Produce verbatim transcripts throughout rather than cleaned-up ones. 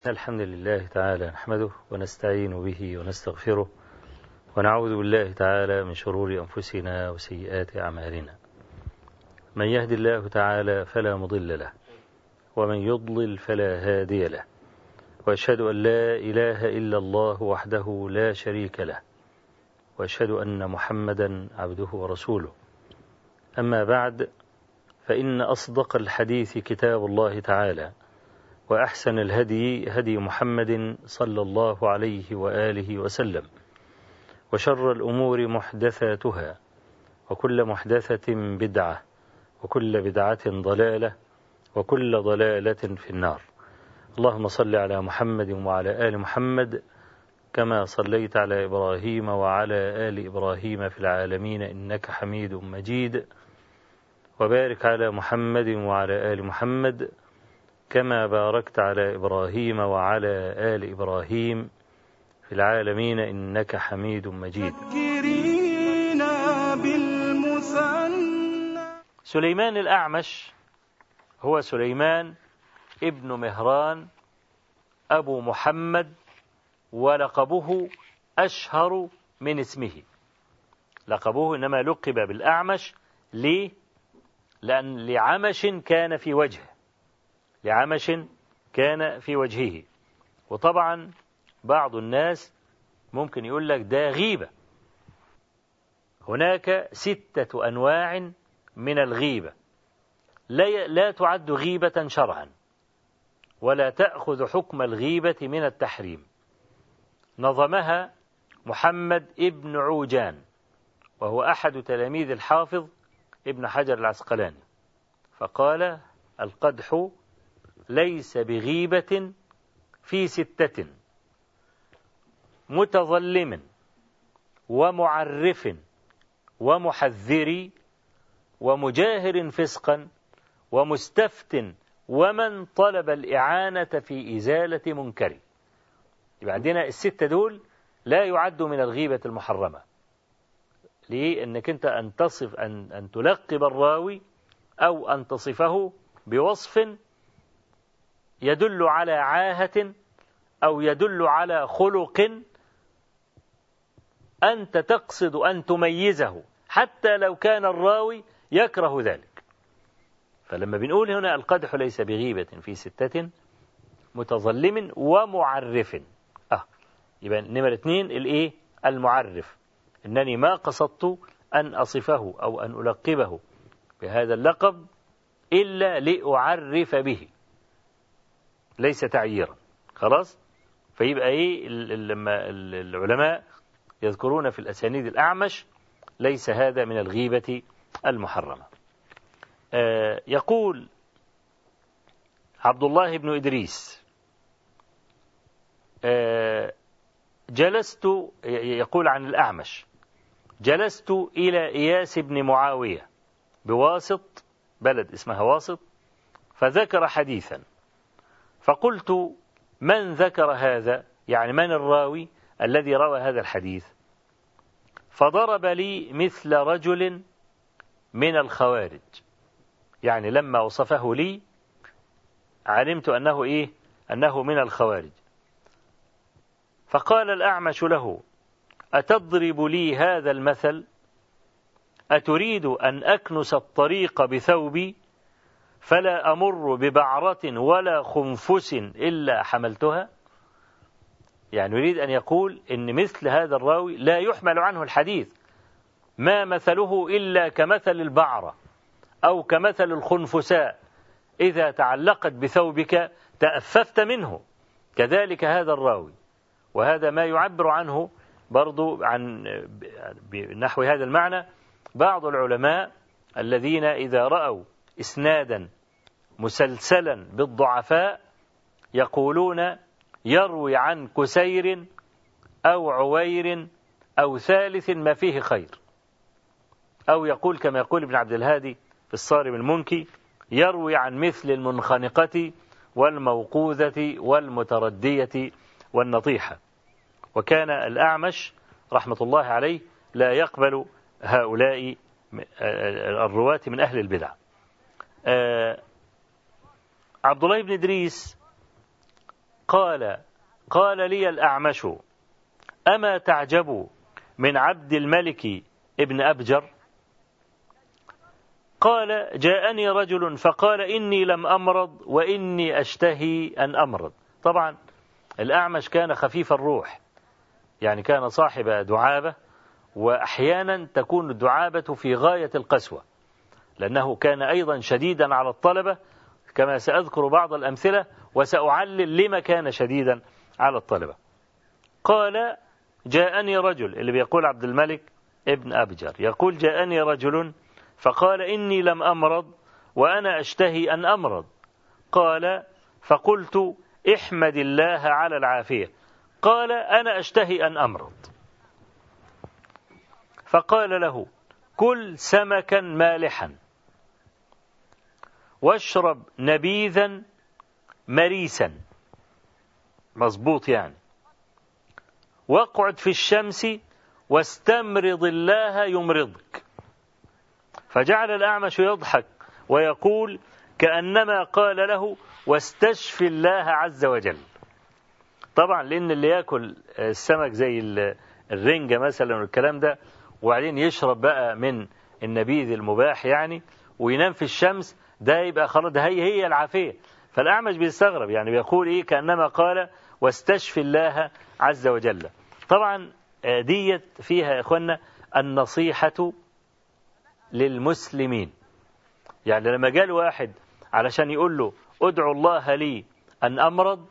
الحمد لله تعالى نحمده ونستعين به ونستغفره ونعوذ بالله تعالى من شرور أنفسنا وسيئات أعمالنا. من يهد الله تعالى فلا مضل له ومن يضلل فلا هادي له، وأشهد أن لا إله إلا الله وحده لا شريك له، وأشهد أن محمدا عبده ورسوله. أما بعد، فإن أصدق الحديث كتاب الله تعالى، وأحسن الهدي هدي محمد صلى الله عليه وآله وسلم، وشر الأمور محدثاتها، وكل محدثة بدعة، وكل بدعة ضلالة، وكل ضلالة في النار. اللهم صل على محمد وعلى آل محمد كما صليت على إبراهيم وعلى آل إبراهيم في العالمين إنك حميد مجيد، وبارك على محمد وعلى آل محمد كما باركت على إبراهيم وعلى آل إبراهيم في العالمين إنك حميد مجيد. سليمان الأعمش هو سليمان ابن مهران أبو محمد، ولقبه أشهر من اسمه. لقبه إنما لقب بالأعمش ليه؟ لأن لعمش كان في وجهه، لعمش كان في وجهه. وطبعا بعض الناس ممكن يقول لك ده غيبة. هناك ستة أنواع من الغيبة لا, لا تعد غيبة شرعا، ولا تأخذ حكم الغيبة من التحريم. نظمها محمد ابن عوجان، وهو أحد تلاميذ الحافظ ابن حجر العسقلاني، فقال: القدح ليس بغيبة في ستة: متظلم ومعرف ومحذر ومجاهر فسقا ومستفت ومن طلب الإعانة في إزالة منكر. يبقى عندنا الستة دول لا يعد من الغيبة المحرمة. ليه؟ أنك أنت أن تصف أن, أن تلقب الراوي أو أن تصفه بوصف يدل على عاهة أو يدل على خلق أنت تقصد أن تميزه، حتى لو كان الراوي يكره ذلك. فلما بنقول هنا القدح ليس بغيبة في ستة: متظلم ومعرف. آه يبقى نمرة اثنين الإيه؟ المعرف. إنني ما قصدت أن أصفه أو أن ألقبه بهذا اللقب إلا لأعرف به، ليس تعييرا. خلاص؟ فيبقى إيه؟ لما العلماء يذكرون في الأسانيد الأعمش ليس هذا من الغيبة المحرمة. آه يقول عبد الله بن إدريس: آه جلست، يقول عن الأعمش: جلست إلى إياس بن معاوية بواسط، بلد اسمها واسط، فذكر حديثا، فقلت: من ذكر هذا؟ يعني من الراوي الذي روى هذا الحديث؟ فضرب لي مثل رجل من الخوارج. يعني لما وصفه لي علمت أنه إيه؟ أنه من الخوارج. فقال الأعمش له: أتضرب لي هذا المثل؟ أتريد أن أكنس الطريق بثوبي فلا أمر ببعرة ولا خنفس إلا حملتها؟ يعني يريد أن يقول إن مثل هذا الراوي لا يحمل عنه الحديث، ما مثله إلا كمثل البعرة أو كمثل الخنفساء، إذا تعلقت بثوبك تأففت منه. كذلك هذا الراوي، وهذا ما يعبر عنه برضو عن بنحو هذا المعنى بعض العلماء الذين إذا رأوا إسنادا مسلسلا بالضعفاء يقولون: يروي عن كسير أو عوير أو ثالث ما فيه خير. أو يقول كما يقول ابن عبد الهادي في الصارم المنكي: يروي عن مثل المنخنقة والموقوذة والمتردية والنطيحة. وكان الأعمش رحمة الله عليه لا يقبل هؤلاء الرواة من أهل البدع. عبد الله بن إدريس قال قال لي الأعمش أما تعجب من عبد الملك ابن أبجر؟ قال جاءني رجل فقال إني لم أمرض وإني أشتهي أن أمرض. طبعا الأعمش كان خفيف الروح، يعني كان صاحب دعابة، وأحيانا تكون الدعابة في غاية القسوة، لأنه كان أيضا شديدا على الطلبة، كما سأذكر بعض الأمثلة وسأعلل لما كان شديدا على الطلبة. قال جاءني رجل، اللي بيقول عبد الملك ابن أبجر يقول جاءني رجل فقال إني لم أمرض وأنا أشتهي أن أمرض. قال فقلت احمد الله على العافية. قال أنا أشتهي أن أمرض. فقال له كل سمكا مالحا واشرب نبيذا مريسا، مظبوط يعني، واقعد في الشمس واستمرض الله يمرضك. فجعل الأعمش يضحك ويقول كأنما قال له واستشفي الله عز وجل. طبعا لأن اللي يأكل السمك زي الرنجة مثلا والكلام ده، وبعدين يشرب بقى من النبيذ المباح يعني، وينام في الشمس، ده يبقى خلاص، ده هي هي العافية. فالأعمش بيستغرب، يعني بيقول إيه كأنما قال واستشفي الله عز وجل. طبعا ديت فيها يا إخوانا النصيحة للمسلمين. يعني لما جاء واحد علشان يقول له ادعو الله لي أن أمرض،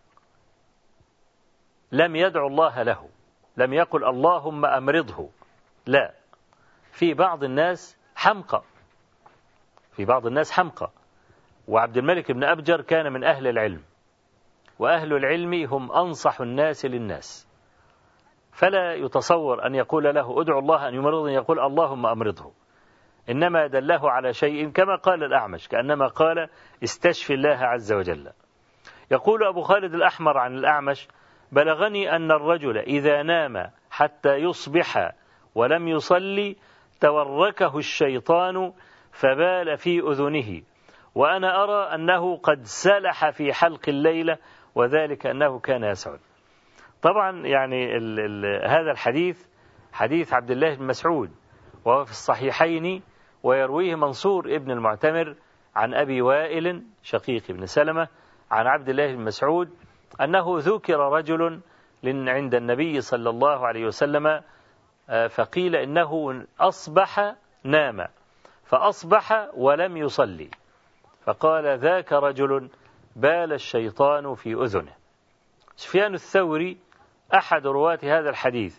لم يدعو الله له، لم يقل اللهم أمرضه، لا. في بعض الناس حمقى، في بعض الناس حمقى. وعبد الملك بن أبجر كان من أهل العلم، وأهل العلم هم أنصح الناس للناس، فلا يتصور أن يقول له ادعو الله أن يمرضه يقول اللهم أمرضه، إنما دله على شيء كما قال الأعمش، كأنما قال استشفي الله عز وجل. يقول أبو خالد الأحمر عن الأعمش بلغني أن الرجل إذا نام حتى يصبح ولم يصلي توركه الشيطان فبال في أذنه، وأنا أرى أنه قد سلح في حلق الليلة، وذلك أنه كان يسعد. طبعا يعني ال ال هذا الحديث حديث عبد الله بن مسعود، وهو في الصحيحين، ويرويه منصور ابن المعتمر عن أبي وائل شقيق بن سلمة عن عبد الله بن مسعود أنه ذكر رجل عند النبي صلى الله عليه وسلم، فقيل إنه أصبح نام فأصبح ولم يصلي، فقال ذاك رجل بال الشيطان في أذنه. سفيان الثوري أحد رواة هذا الحديث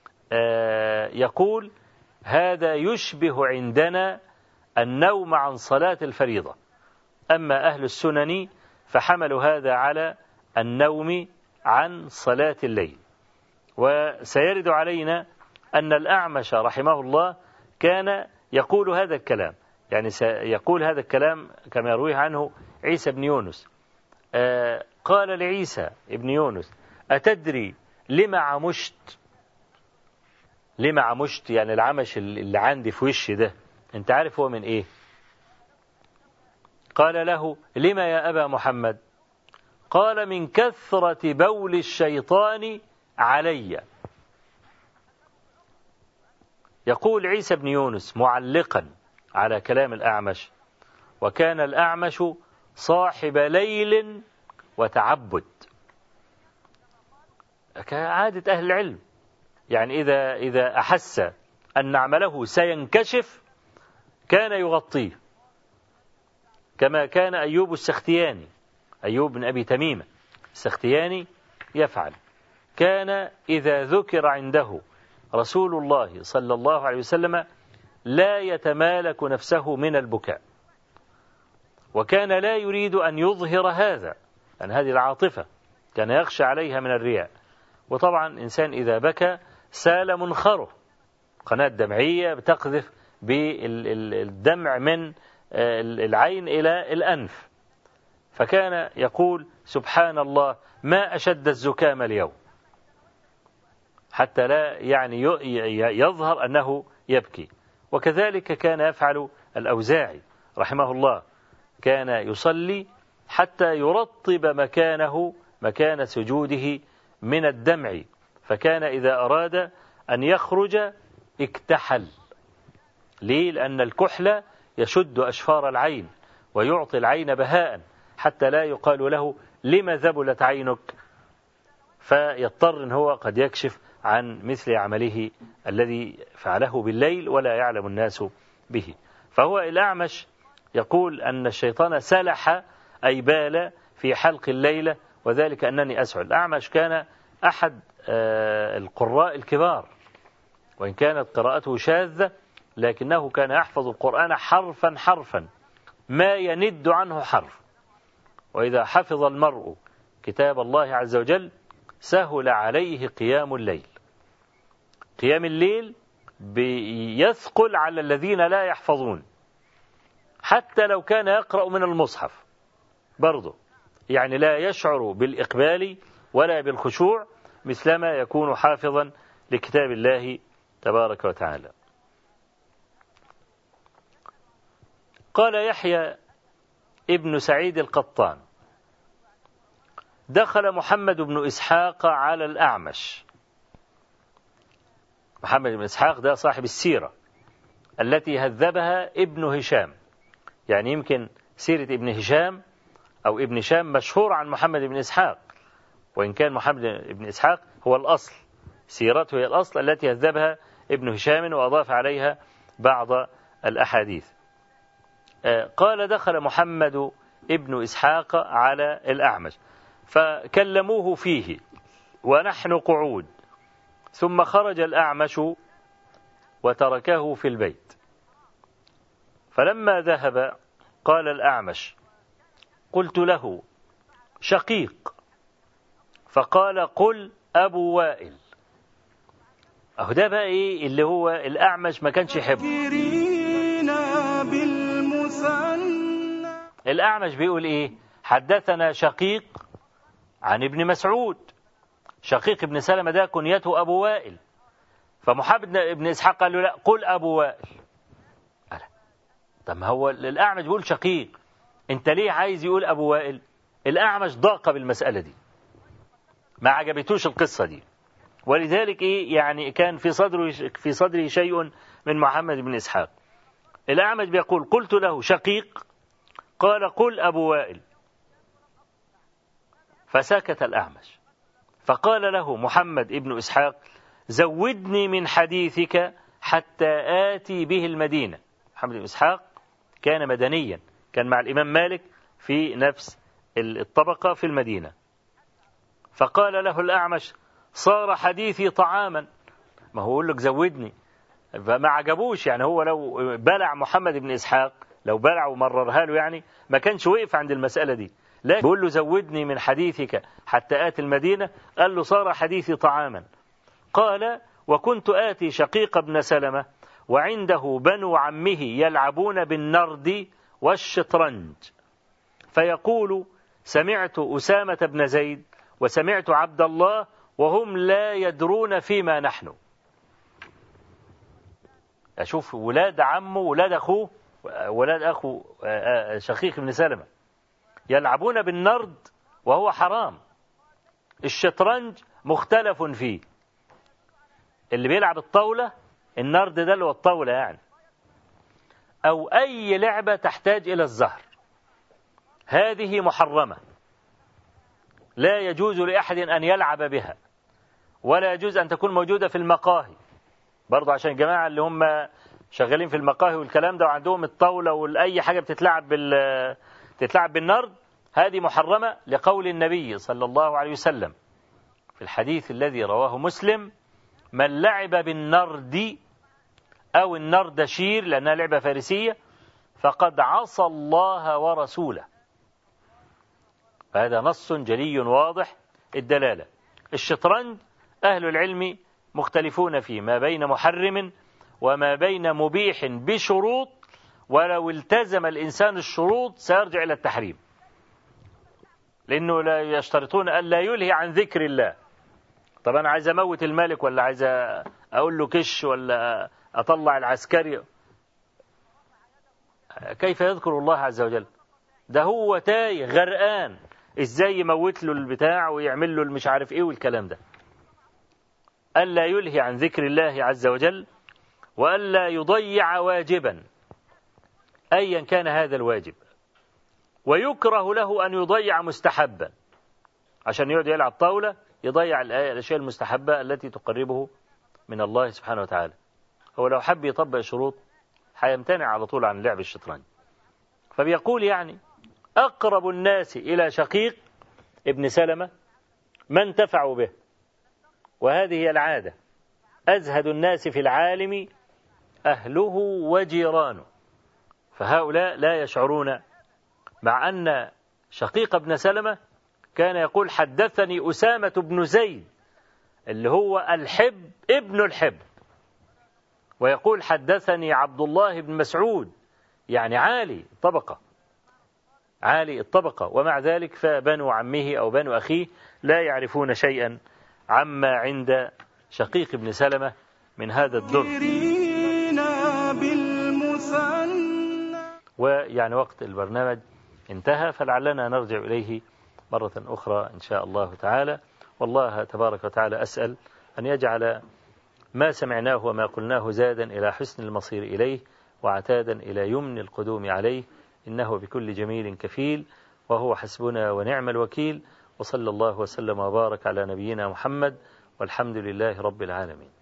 يقول هذا يشبه عندنا النوم عن صلاة الفريضة، أما أهل السنن فحملوا هذا على النوم عن صلاة الليل. وسيرد علينا أن الأعمش رحمه الله كان يقول هذا الكلام، يعني سيقول هذا الكلام كما يرويه عنه عيسى بن يونس. آه قال لعيسى بن يونس أتدري لما عمشت؟ لما عمشت يعني العمش اللي عندي في وشي ده، انت عارف هو من ايه؟ قال له لما يا أبا محمد؟ قال من كثرة بول الشيطان علي. يقول عيسى بن يونس معلقا على كلام الأعمش وكان الأعمش صاحب ليل وتعبد كعادة أهل العلم، يعني إذا إذا أحس أن عمله سينكشف كان يغطيه، كما كان أيوب السختياني، أيوب بن أبي تميمة السختياني يفعل، كان إذا ذكر عنده رسول الله صلى الله عليه وسلم لا يتمالك نفسه من البكاء، وكان لا يريد أن يظهر هذا، لأن هذه العاطفة كان يخشى عليها من الرياء. وطبعا إنسان إذا بكى سال منخره، قناة دمعية بتقذف بالدمع من العين إلى الأنف، فكان يقول سبحان الله ما أشد الزكام اليوم، حتى لا يعني يظهر أنه يبكي. وكذلك كان يفعل الأوزاعي رحمه الله، كان يصلي حتى يرطب مكانه مكان سجوده من الدمع، فكان إذا أراد أن يخرج اكتحل. ليه؟ لأن الكحل يشد أشفار العين ويعطي العين بهاء حتى لا يقال له لما ذبلت عينك، فيضطر إن هو قد يكشف عن مثل عمله الذي فعله بالليل ولا يعلم الناس به. فهو الأعمش يقول أن الشيطان سلح أي بال في حلق الليلة، وذلك أنني أسعد. الأعمش كان أحد القراء الكبار، وإن كانت قراءته شاذة لكنه كان يحفظ القرآن حرفا حرفا ما يند عنه حرف. وإذا حفظ المرء كتاب الله عز وجل سهل عليه قيام الليل. قيام الليل بيثقل على الذين لا يحفظون، حتى لو كان يقرأ من المصحف برضه، يعني لا يشعر بالإقبال ولا بالخشوع مثلما يكون حافظا لكتاب الله تبارك وتعالى. قال يحيى ابن سعيد القطان: دخل محمد بن إسحاق على الأعمش. محمد بن إسحاق ده صاحب السيرة التي هذبها ابن هشام، يعني يمكن سيرة ابن هشام أو ابن هشام مشهور عن محمد بن إسحاق، وإن كان محمد بن إسحاق هو الأصل، سيرته هي الأصل التي هذبها ابن هشام وأضاف عليها بعض الأحاديث. قال: دخل محمد ابن إسحاق على الأعمش فكلموه فيه ونحن قعود، ثم خرج الأعمش وتركه في البيت. فلما ذهب قال الأعمش: قلت له: شقيق؟ فقال: قل أبو وائل. أهو ده بقى إيه اللي هو الأعمش ما كانش يحبه. الأعمش بيقول إيه؟ حدثنا شقيق عن ابن مسعود. شقيق ابن سلمة ده كنيته أبو وائل، فمحمد بن إسحاق قال له: لا، قل أبو وائل. ألا طب ما هو الأعمش بيقول شقيق، أنت ليه عايز يقول أبو وائل؟ الأعمش ضاق بالمسألة دي، ما عجبتوش القصة دي، ولذلك إيه يعني كان في صدره في صدره شيء من محمد بن إسحاق. الأعمش بيقول: قلت له: شقيق؟ قال: قل أبو وائل. فسكت الأعمش، فقال له محمد بن إسحاق: زودني من حديثك حتى آتي به المدينة. محمد بن إسحاق كان مدنيا، كان مع الإمام مالك في نفس الطبقة في المدينة. فقال له الأعمش: صار حديثي طعاما. ما هو يقول لك زودني، فما عجبوش، يعني هو لو بلع محمد بن إسحاق، لو بلع ومررها له يعني ما كانش وقف عند المسألة دي، لكن بيقول له: زودني من حديثك حتى آتي المدينة. قال له: صار حديثي طعاما. قال: وكنت آتي شقيق بن سلمة وعنده بنو عمه يلعبون بالنرد والشطرنج، فيقول: سمعت أسامة بن زيد وسمعت عبد الله وهم لا يدرون فيما نحن. أشوف ولاد عمه ولاد أخوه ولاد أخو شقيق بن سلمة يلعبون بالنرد وهو حرام. الشطرنج مختلف فيه، اللي بيلعب الطاولة، النرد ده اللي هو الطاولة يعني، أو أي لعبة تحتاج إلى الزهر، هذه محرمة، لا يجوز لأحد أن يلعب بها، ولا يجوز أن تكون موجودة في المقاهي برضو، عشان الجماعة اللي هم شغالين في المقاهي والكلام ده وعندهم الطاولة والأي حاجة بتتلعب بال تتلعب بالنرد، هذه محرمة لقول النبي صلى الله عليه وسلم في الحديث الذي رواه مسلم: من لعب بالنرد أو النردشير، لأنها لعبة فارسية، فقد عصى الله ورسوله. فهذا نص جلي واضح الدلالة. الشطرنج أهل العلم مختلفون فيه ما بين محرم وما بين مبيح بشروط، ولو التزم الإنسان الشروط سيرجع إلى التحريم، لأنه لا يشترطون أن لا يلهي عن ذكر الله. طب أنا عايز أموت الملك، ولا عايز أقول له كش، ولا أطلع العسكري، كيف يذكر الله عز وجل؟ ده هو تايه غرقان إزاي يموت له البتاع ويعمل له المش عارف إيه والكلام ده. ألا يلهي عن ذكر الله عز وجل، وألا يضيع واجبا أيا كان هذا الواجب، ويكره له أن يضيع مستحبا عشان يقعد يلعب طاولة يضيع الأشياء المستحبة التي تقربه من الله سبحانه وتعالى. هو لو حب يطبق شروط هيمتنع على طول عن لعب الشطرنج. فبيقول يعني أقرب الناس إلى شقيق ابن سلمة ما انتفعوا به، وهذه هي العادة، أزهد الناس في العالم أهله وجيرانه. فهؤلاء لا يشعرون، مع أن شقيق ابن سلمة كان يقول حدثني أسامة بن زيد اللي هو الحب ابن الحب، ويقول حدثني عبد الله بن مسعود، يعني عالي الطبقة عالي الطبقة، ومع ذلك فبنو عمه أو بنو أخيه لا يعرفون شيئا عما عند شقيق ابن سلمة من هذا الدر. ويعني وقت البرنامج انتهى، فلعلنا نرجع إليه مرة أخرى إن شاء الله تعالى. والله تبارك وتعالى أسأل أن يجعل ما سمعناه وما قلناه زادا إلى حسن المصير إليه، وعتادا إلى يمن القدوم عليه، إنه بكل جميل كفيل، وهو حسبنا ونعم الوكيل. وصلى الله وسلم وبارك على نبينا محمد، والحمد لله رب العالمين.